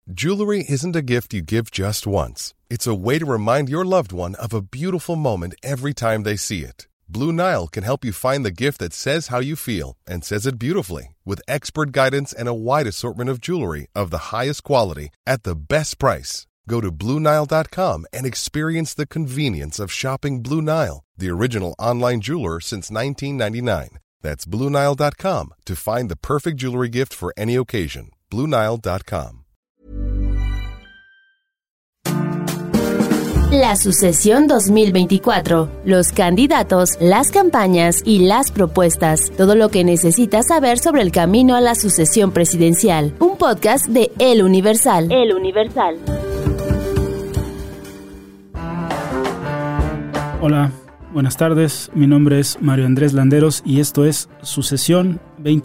Jewelry isn't a gift you give just once. It's a way to remind your loved one of a beautiful moment every time they see it. Blue Nile can help you find the gift that says how you feel and says it beautifully, with expert guidance and a wide assortment of jewelry of the highest quality at the best price. Go to BlueNile.com and experience the convenience of shopping Blue Nile, the original online jeweler since 1999. That's BlueNile.com to find the perfect jewelry gift for any occasion. BlueNile.com. La sucesión 2024, los candidatos, las campañas y las propuestas, todo lo que necesitas saber sobre el camino a la sucesión presidencial. Un podcast de El Universal. El Universal. Hola, buenas tardes. Mi nombre es Mario Andrés Landeros y esto es Sucesión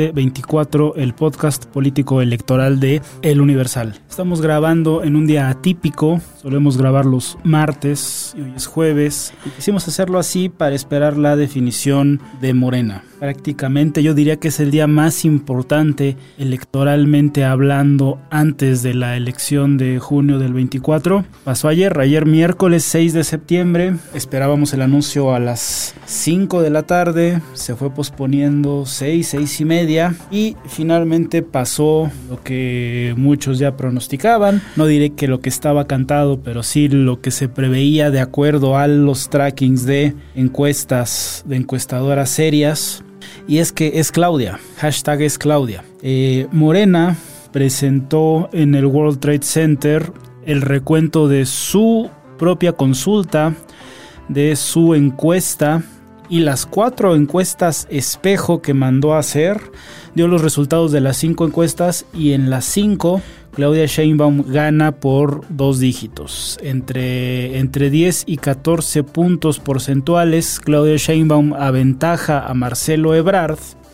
2024, el podcast político electoral de El Universal. Estamos grabando en un día atípico, solemos grabar los martes y hoy es jueves. Y quisimos hacerlo así para esperar la definición de Morena. Prácticamente yo diría que es el día más importante electoralmente hablando antes de la elección de junio del 24. Pasó ayer miércoles 6 de septiembre, esperábamos el anuncio a las 5 de la tarde, se fue posponiendo 6 y media y finalmente pasó lo que muchos ya pronosticaban. No diré que lo que estaba cantado, pero sí lo que se preveía de acuerdo a los trackings de encuestas, de encuestadoras serias. Y es que es Claudia, hashtag es Claudia. Morena presentó en el World Trade Center el recuento de su propia consulta, de su encuesta y las 4 encuestas espejo que mandó a hacer. Dio los resultados de las 5 encuestas y en las 5 Claudia Sheinbaum gana por 2 dígitos. Entre 10 y 14 puntos porcentuales, Claudia Sheinbaum aventaja a Marcelo Ebrard.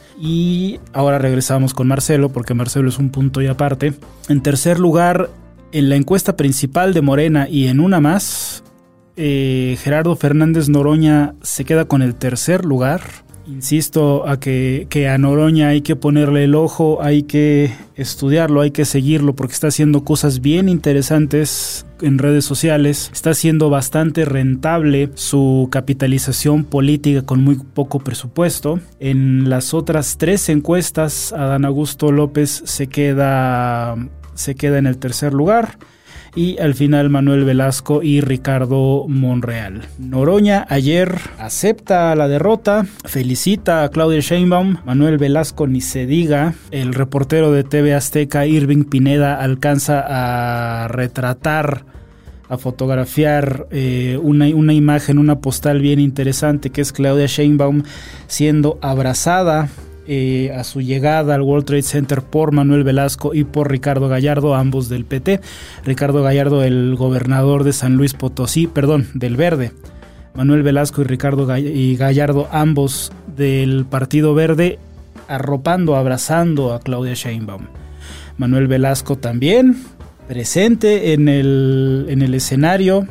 Y ahora regresamos con Marcelo, porque Marcelo es un punto y aparte. En tercer lugar, en la encuesta principal de Morena y en una más, Gerardo Fernández Noroña se queda con el tercer lugar. Insisto a que a Noroña hay que ponerle el ojo, hay que estudiarlo, hay que seguirlo porque está haciendo cosas bien interesantes en redes sociales. Está siendo bastante rentable su capitalización política con muy poco presupuesto. En las otras 3 encuestas, Adán Augusto López se queda en el tercer lugar. Y al final Manuel Velasco y Ricardo Monreal. Noroña ayer acepta la derrota, felicita a Claudia Sheinbaum. Manuel Velasco ni se diga. El reportero de TV Azteca, Irving Pineda, alcanza a retratar, a fotografiar una imagen, una postal bien interesante que es Claudia Sheinbaum siendo abrazada a su llegada al World Trade Center por Manuel Velasco y por Ricardo Gallardo, ambos del PT. Ricardo Gallardo, el gobernador de San Luis Potosí, del Verde. Manuel Velasco y Ricardo Gallardo, ambos del Partido Verde, arropando, abrazando a Claudia Sheinbaum. Manuel Velasco también presente en el escenario,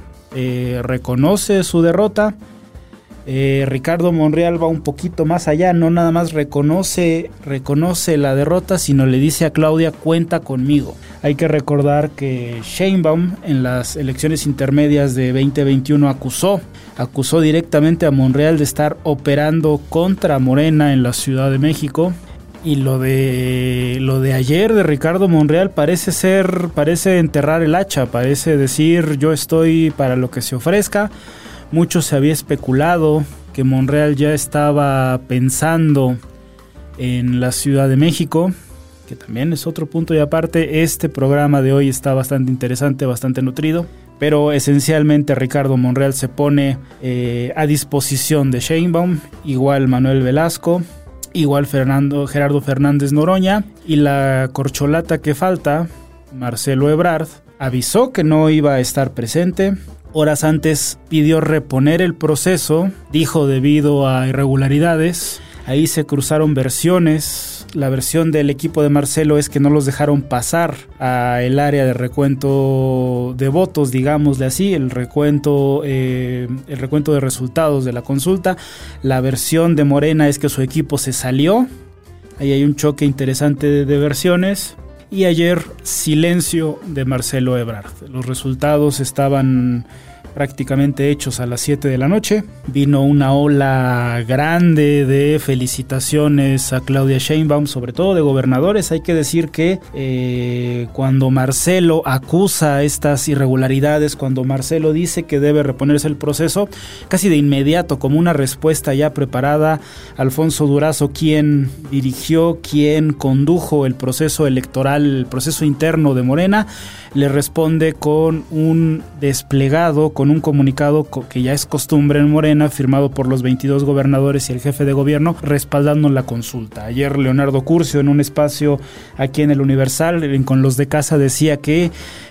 reconoce su derrota. Ricardo Monreal va un poquito más allá, no nada más reconoce la derrota, sino le dice a Claudia: cuenta conmigo. Hay que recordar que Sheinbaum en las elecciones intermedias de 2021 acusó directamente a Monreal de estar operando contra Morena en la Ciudad de México. Y lo de ayer de Ricardo Monreal parece enterrar el hacha, parece decir: yo estoy para lo que se ofrezca. Mucho se había especulado que Monreal ya estaba pensando en la Ciudad de México, que también es otro punto y aparte. Este programa de hoy está bastante interesante, bastante nutrido, pero esencialmente Ricardo Monreal se pone a disposición de Sheinbaum, igual Manuel Velasco, igual Gerardo Fernández Noroña, y la corcholata que falta, Marcelo Ebrard, avisó que no iba a estar presente. Horas antes pidió reponer el proceso, dijo debido a irregularidades. Ahí se cruzaron versiones. La versión del equipo de Marcelo es que no los dejaron pasar al área de recuento de votos, digámosle así, el recuento de resultados de la consulta. La versión de Morena es que su equipo se salió. Ahí hay un choque interesante de versiones. Y ayer, silencio de Marcelo Ebrard. Los resultados estaban prácticamente hechos a las 7 de la noche. Vino una ola grande de felicitaciones a Claudia Sheinbaum, sobre todo de gobernadores. Hay que decir que cuando Marcelo acusa estas irregularidades, cuando Marcelo dice que debe reponerse el proceso, casi de inmediato, como una respuesta ya preparada, Alfonso Durazo, quien dirigió, quien condujo el proceso electoral, el proceso interno de Morena, le responde con un desplegado, con un comunicado que ya es costumbre en Morena, firmado por los 22 gobernadores y el jefe de gobierno, respaldando la consulta. Ayer Leonardo Curcio, en un espacio aquí en el Universal, con los de casa, decía que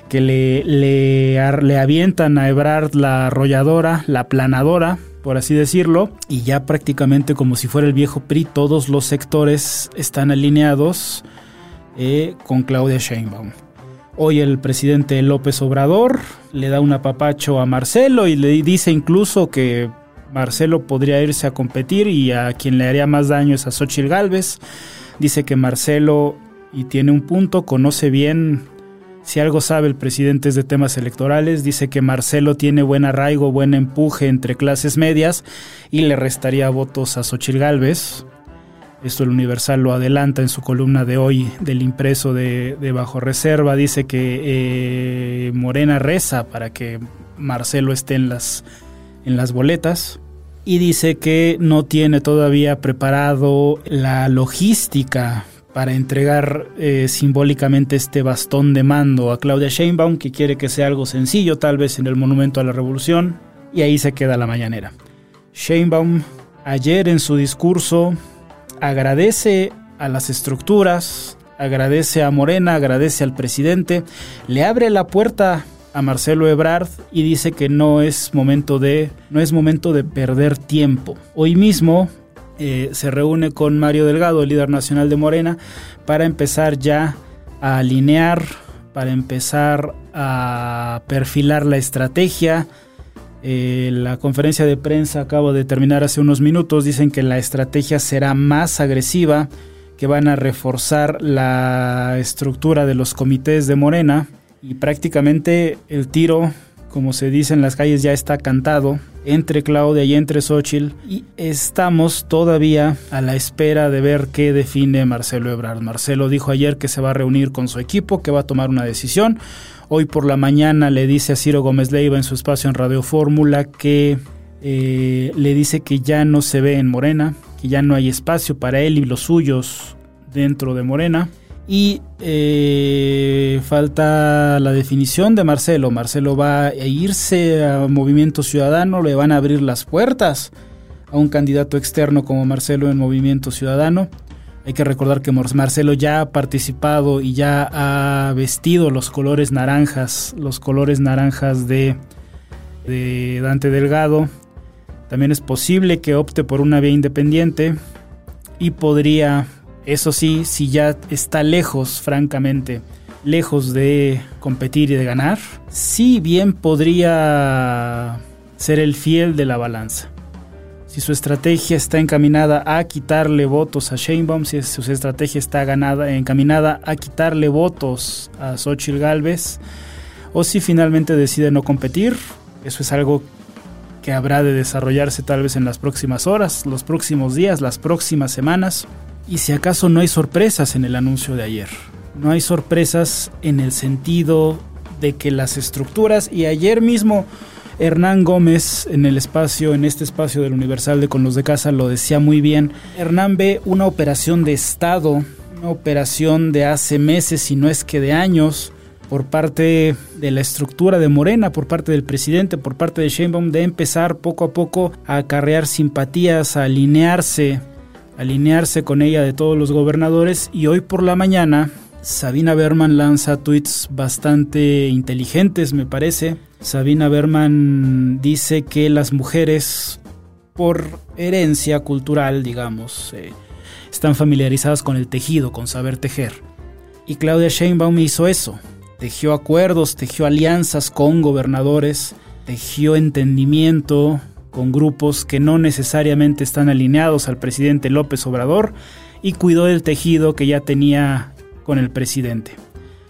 le avientan a Ebrard la arrolladora, la aplanadora, por así decirlo, y ya prácticamente como si fuera el viejo PRI, todos los sectores están alineados con Claudia Sheinbaum. Hoy el presidente López Obrador le da un apapacho a Marcelo y le dice incluso que Marcelo podría irse a competir y a quien le haría más daño es a Xóchitl Gálvez. Dice que Marcelo, y tiene un punto, conoce bien, si algo sabe el presidente es de temas electorales, dice que Marcelo tiene buen arraigo, buen empuje entre clases medias y le restaría votos a Xóchitl Gálvez. Esto el Universal lo adelanta en su columna de hoy del impreso de Bajo Reserva. Dice que Morena reza para que Marcelo esté en las boletas. Y dice que no tiene todavía preparado la logística para entregar simbólicamente este bastón de mando a Claudia Sheinbaum, que quiere que sea algo sencillo, tal vez en el Monumento a la Revolución. Y ahí se queda la mañanera. Sheinbaum ayer en su discurso agradece a las estructuras, agradece a Morena, agradece al presidente, le abre la puerta a Marcelo Ebrard y dice que no es momento de perder tiempo. Hoy mismo se reúne con Mario Delgado, el líder nacional de Morena, para empezar ya a alinear, para empezar a perfilar la estrategia. La conferencia de prensa acabo de terminar hace unos minutos. Dicen que la estrategia será más agresiva, que van a reforzar la estructura de los comités de Morena y prácticamente el tiro, como se dice en las calles, ya está cantado entre Claudia y entre Xóchitl, y estamos todavía a la espera de ver qué define Marcelo Ebrard. Marcelo dijo ayer que se va a reunir con su equipo, que va a tomar una decisión. Hoy por la mañana le dice a Ciro Gómez Leiva en su espacio en Radio Fórmula que le dice que ya no se ve en Morena, que ya no hay espacio para él y los suyos dentro de Morena. Y falta la definición de Marcelo. Marcelo va a irse a Movimiento Ciudadano, le van a abrir las puertas a un candidato externo como Marcelo en Movimiento Ciudadano. Hay que recordar que Marcelo ya ha participado y ya ha vestido los colores naranjas de Dante Delgado. También es posible que opte por una vía independiente y podría, eso sí, si ya está lejos, francamente, lejos de competir y de ganar, sí bien podría ser el fiel de la balanza. Si su estrategia está encaminada a quitarle votos a Sheinbaum, si su estrategia está encaminada a quitarle votos a Xóchitl Gálvez, o si finalmente decide no competir, eso es algo que habrá de desarrollarse tal vez en las próximas horas, los próximos días, las próximas semanas. Y si acaso no hay sorpresas en el anuncio de ayer. No hay sorpresas en el sentido de que las estructuras, y ayer mismo Hernán Gómez en este espacio del Universal de Con los de Casa lo decía muy bien. Hernán ve una operación de Estado, una operación de hace meses, si no es que de años, por parte de la estructura de Morena, por parte del presidente, por parte de Sheinbaum, de empezar poco a poco a acarrear simpatías, a alinearse con ella de todos los gobernadores. Y hoy por la mañana Sabina Berman lanza tweets bastante inteligentes, me parece. Sabina Berman dice que las mujeres, por herencia cultural, digamos, están familiarizadas con el tejido, con saber tejer. Y Claudia Sheinbaum hizo eso. Tejió acuerdos, tejió alianzas con gobernadores, tejió entendimiento con grupos que no necesariamente están alineados al presidente López Obrador y cuidó del tejido que ya tenía con el presidente.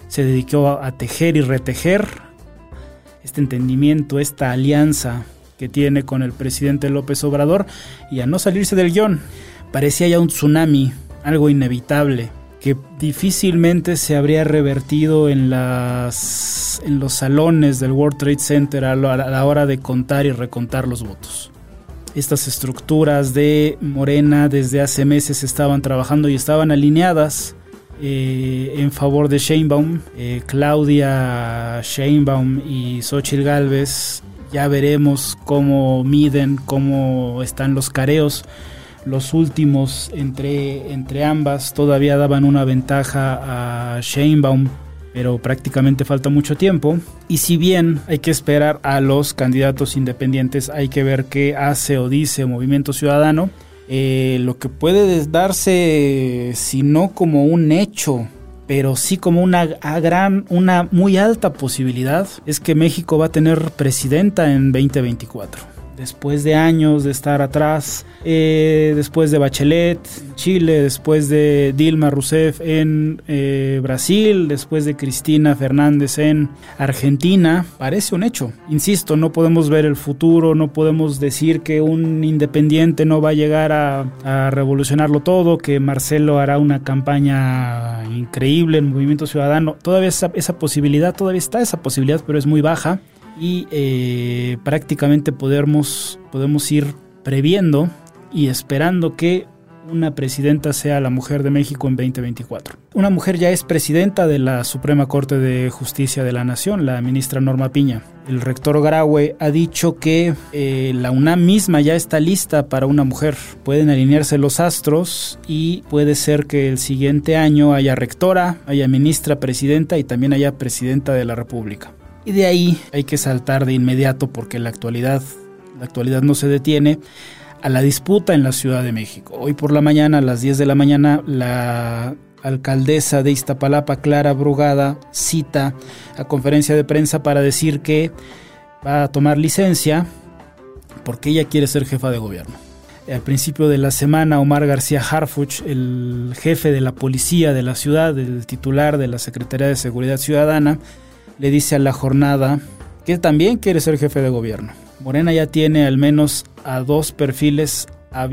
se dedicó a tejer y retejer este entendimiento, esta alianza que tiene con el presidente López Obrador y a no salirse del guión. Parecía ya un tsunami, algo inevitable, que difícilmente se habría revertido en los salones del World Trade Center a la hora de contar y recontar los votos. Estas estructuras de Morena desde hace meses estaban trabajando y estaban alineadas en favor de Sheinbaum. Claudia Sheinbaum y Xóchitl Gálvez, ya veremos cómo miden, cómo están los careos. Los últimos entre ambas todavía daban una ventaja a Sheinbaum, pero prácticamente falta mucho tiempo. Y si bien hay que esperar a los candidatos independientes, hay que ver qué hace o dice Movimiento Ciudadano. Lo que puede darse, si no como un hecho, pero sí como una muy alta posibilidad, es que México va a tener presidenta en 2024. Después de años de estar atrás, después de Bachelet en Chile, después de Dilma Rousseff en Brasil, después de Cristina Fernández en Argentina, parece un hecho. Insisto, no podemos ver el futuro, no podemos decir que un independiente no va a llegar a revolucionarlo todo, que Marcelo hará una campaña increíble en Movimiento Ciudadano. Todavía esa posibilidad, todavía está esa posibilidad, pero es muy baja. Y prácticamente podemos ir previendo y esperando que una presidenta sea la mujer de México en 2024. Una mujer ya es presidenta de la Suprema Corte de Justicia de la Nación, la ministra Norma Piña. El rector Graue ha dicho que la UNAM misma ya está lista para una mujer. Pueden alinearse los astros y puede ser que el siguiente año haya rectora, haya ministra presidenta y también haya presidenta de la República. Y de ahí hay que saltar de inmediato, porque la actualidad no se detiene, a la disputa en la Ciudad de México. Hoy por la mañana, a las 10 de la mañana, la alcaldesa de Iztapalapa, Clara Brugada, cita a conferencia de prensa para decir que va a tomar licencia porque ella quiere ser jefa de gobierno. Al principio de la semana, Omar García Harfuch, el jefe de la policía de la ciudad, el titular de la Secretaría de Seguridad Ciudadana, le dice a La Jornada que también quiere ser jefe de gobierno. Morena ya tiene al menos a 2 perfiles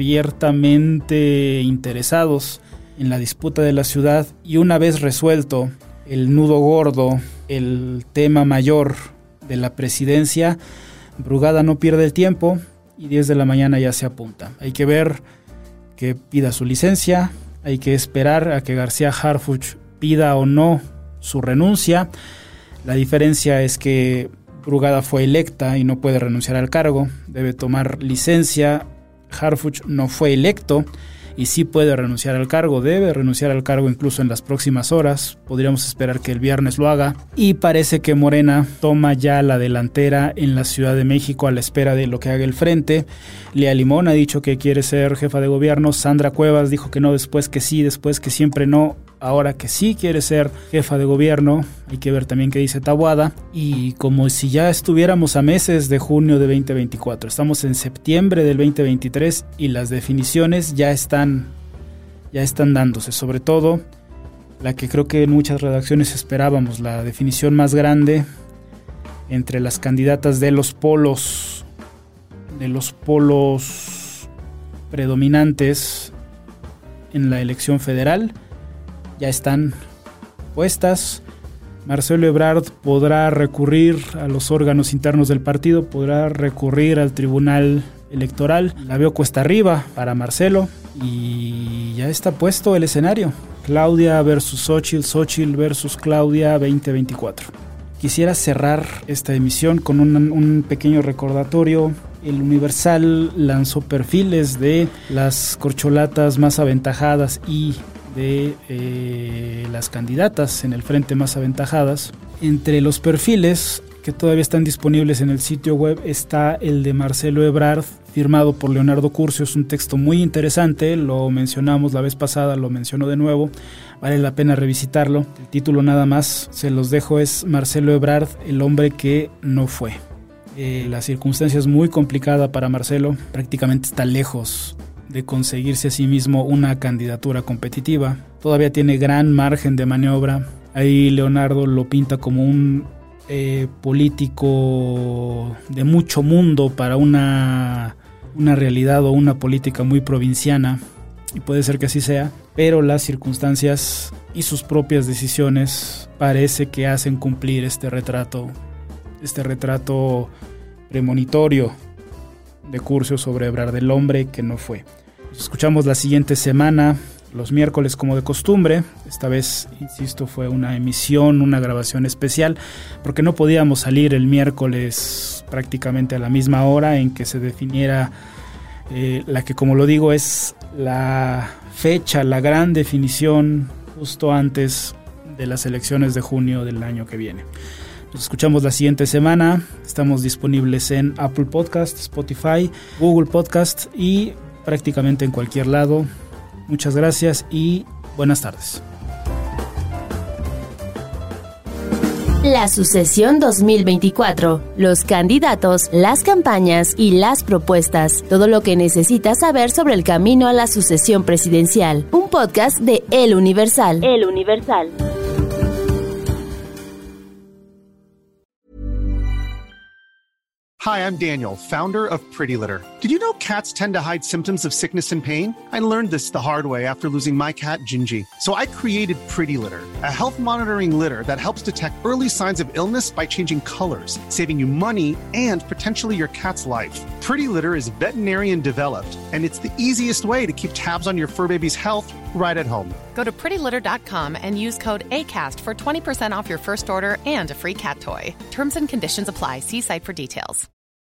abiertamente interesados en la disputa de la ciudad, y una vez resuelto el nudo gordo, el tema mayor de la presidencia, Brugada no pierde el tiempo y 10 de la mañana ya se apunta. Hay que ver que pida su licencia, hay que esperar a que García Harfuch pida o no su renuncia. La diferencia es que Brugada fue electa y no puede renunciar al cargo, debe tomar licencia. Harfuch no fue electo y sí puede renunciar al cargo, debe renunciar al cargo incluso en las próximas horas. Podríamos esperar que el viernes lo haga, y parece que Morena toma ya la delantera en la Ciudad de México a la espera de lo que haga el frente. Lea Limón ha dicho que quiere ser jefa de gobierno, Sandra Cuevas dijo que no, después que sí, después que siempre no, ahora que sí quiere ser jefa de gobierno. Hay que ver también qué dice Taboada. Y como si ya estuviéramos a meses de junio de 2024, estamos en septiembre del 2023 y las definiciones ya están dándose. Sobre todo la que creo que en muchas redacciones esperábamos, la definición más grande entre las candidatas de los polos predominantes en la elección federal. Ya están puestas. Marcelo Ebrard podrá recurrir a los órganos internos del partido, podrá recurrir al Tribunal Electoral. La veo cuesta arriba para Marcelo y ya está puesto el escenario. Claudia versus Xóchitl, Xóchitl versus Claudia 2024. Quisiera cerrar esta emisión con un pequeño recordatorio. El Universal lanzó perfiles de las corcholatas más aventajadas y de las candidatas en el frente más aventajadas. Entre los perfiles que todavía están disponibles en el sitio web está el de Marcelo Ebrard, firmado por Leonardo Curcio. Es un texto muy interesante, lo mencionamos la vez pasada, lo menciono de nuevo, vale la pena revisitarlo. El título nada más se los dejo, es Marcelo Ebrard, el hombre que no fue. La circunstancia es muy complicada para Marcelo, prácticamente está lejos de conseguirse a sí mismo una candidatura competitiva. Todavía tiene gran margen de maniobra. Ahí Leonardo lo pinta como un político de mucho mundo para una realidad o una política muy provinciana, y puede ser que así sea, pero las circunstancias y sus propias decisiones parece que hacen cumplir este retrato premonitorio de Curcio sobre Ebrard, del hombre que no fue. Nos escuchamos la siguiente semana, los miércoles como de costumbre. Esta vez, insisto, fue una emisión, una grabación especial, porque no podíamos salir el miércoles prácticamente a la misma hora en que se definiera la que, como lo digo, es la fecha, la gran definición justo antes de las elecciones de junio del año que viene. Nos escuchamos la siguiente semana. Estamos disponibles en Apple Podcast, Spotify, Google Podcast y prácticamente en cualquier lado. Muchas gracias y buenas tardes. La sucesión 2024, los candidatos, las campañas y las propuestas, todo lo que necesitas saber sobre el camino a la sucesión presidencial. Un podcast de El Universal. El Universal. Hi, I'm Daniel, founder of Pretty Litter. Did you know cats tend to hide symptoms of sickness and pain? I learned this the hard way after losing my cat, Gingy. So I created Pretty Litter, a health monitoring litter that helps detect early signs of illness by changing colors, saving you money and potentially your cat's life. Pretty Litter is veterinarian developed, and it's the easiest way to keep tabs on your fur baby's health right at home. Go to prettylitter.com and use code ACAST for 20% off your first order and a free cat toy. Terms and conditions apply. See site for details.